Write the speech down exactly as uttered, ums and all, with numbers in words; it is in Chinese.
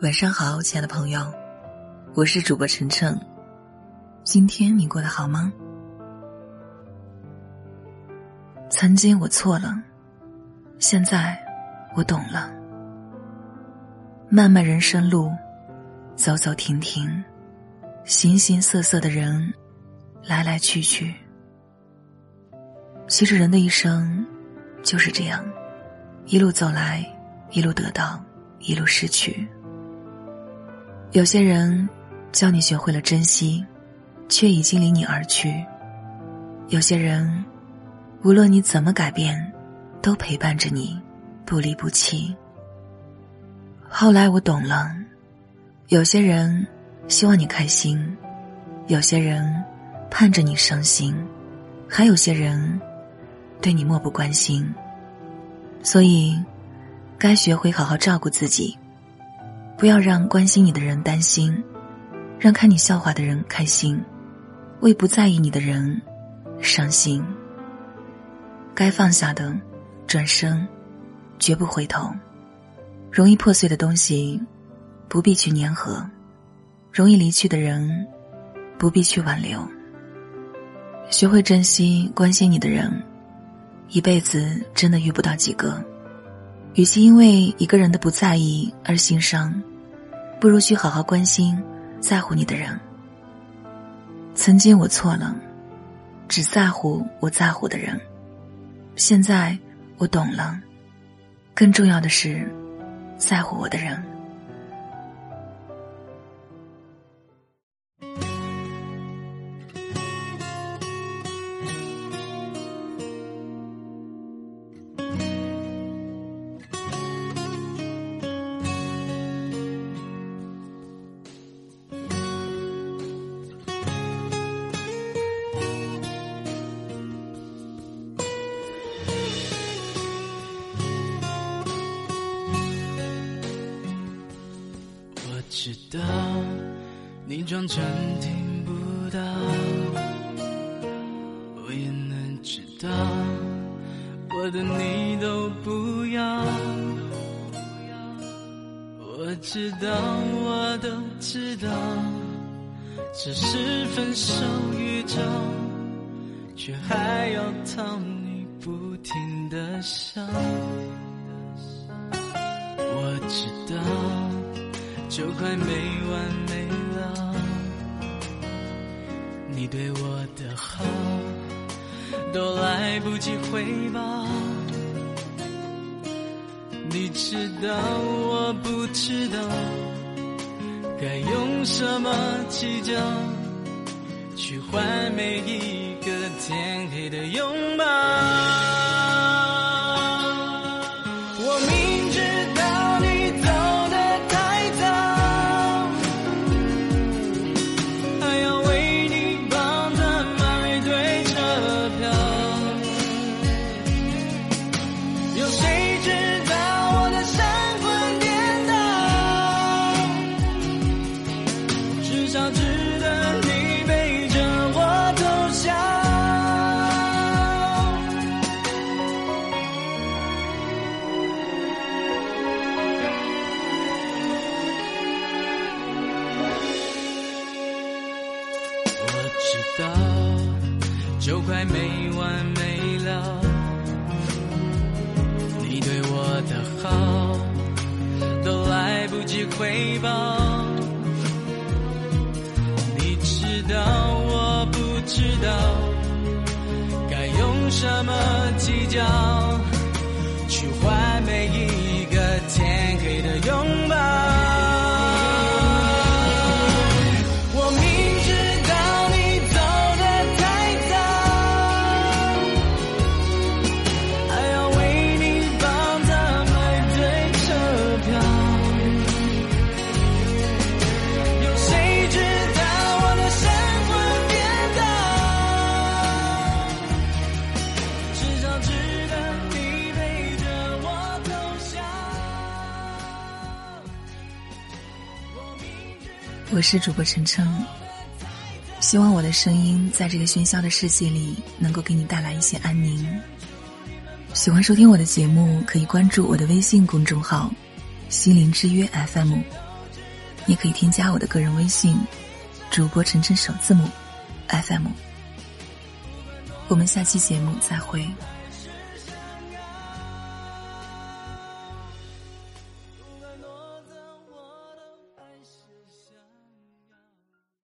晚上好，亲爱的朋友，我是主播晨晨。今天你过得好吗？曾经我错了，现在我懂了。漫漫人生路，走走停停，形形色色的人来来去去。其实人的一生就是这样，一路走来，一路得到，一路失去。有些人教你学会了珍惜，却已经离你而去。有些人无论你怎么改变，都陪伴着你，不离不弃。后来我懂了，有些人希望你开心，有些人盼着你伤心，还有些人对你漠不关心。所以该学会好好照顾自己，不要让关心你的人担心，让看你笑话的人开心，为不在意你的人伤心。该放下的转身，绝不回头。容易破碎的东西不必去粘合，容易离去的人不必去挽留。学会珍惜关心你的人，一辈子真的遇不到几个。与其因为一个人的不在意而心伤，不如去好好关心在乎你的人。曾经我错了，只在乎我在乎的人。现在我懂了，更重要的是在乎我的人。 知道你装成听不到，我也能知道我的你都不要。我知道我都知道，只是分手宇宙，却还要讨你不停地笑。我知道就快没完没了，你对我的好都来不及回报。你知道我不知道该用什么计较，去换每一个天黑的拥抱。我明知道你走就快没完没了，你对我的好都来不及回报。你知道我不知道该用什么计较，去换每一个天黑的拥抱。 我是主播晨晨，希望我的声音在这个喧嚣的世界里能够给你带来一些安宁。喜欢收听我的节目，可以关注我的微信公众号心灵之约 F M， 也可以添加我的个人微信，主播晨晨首字母 F M。我们下期节目再会。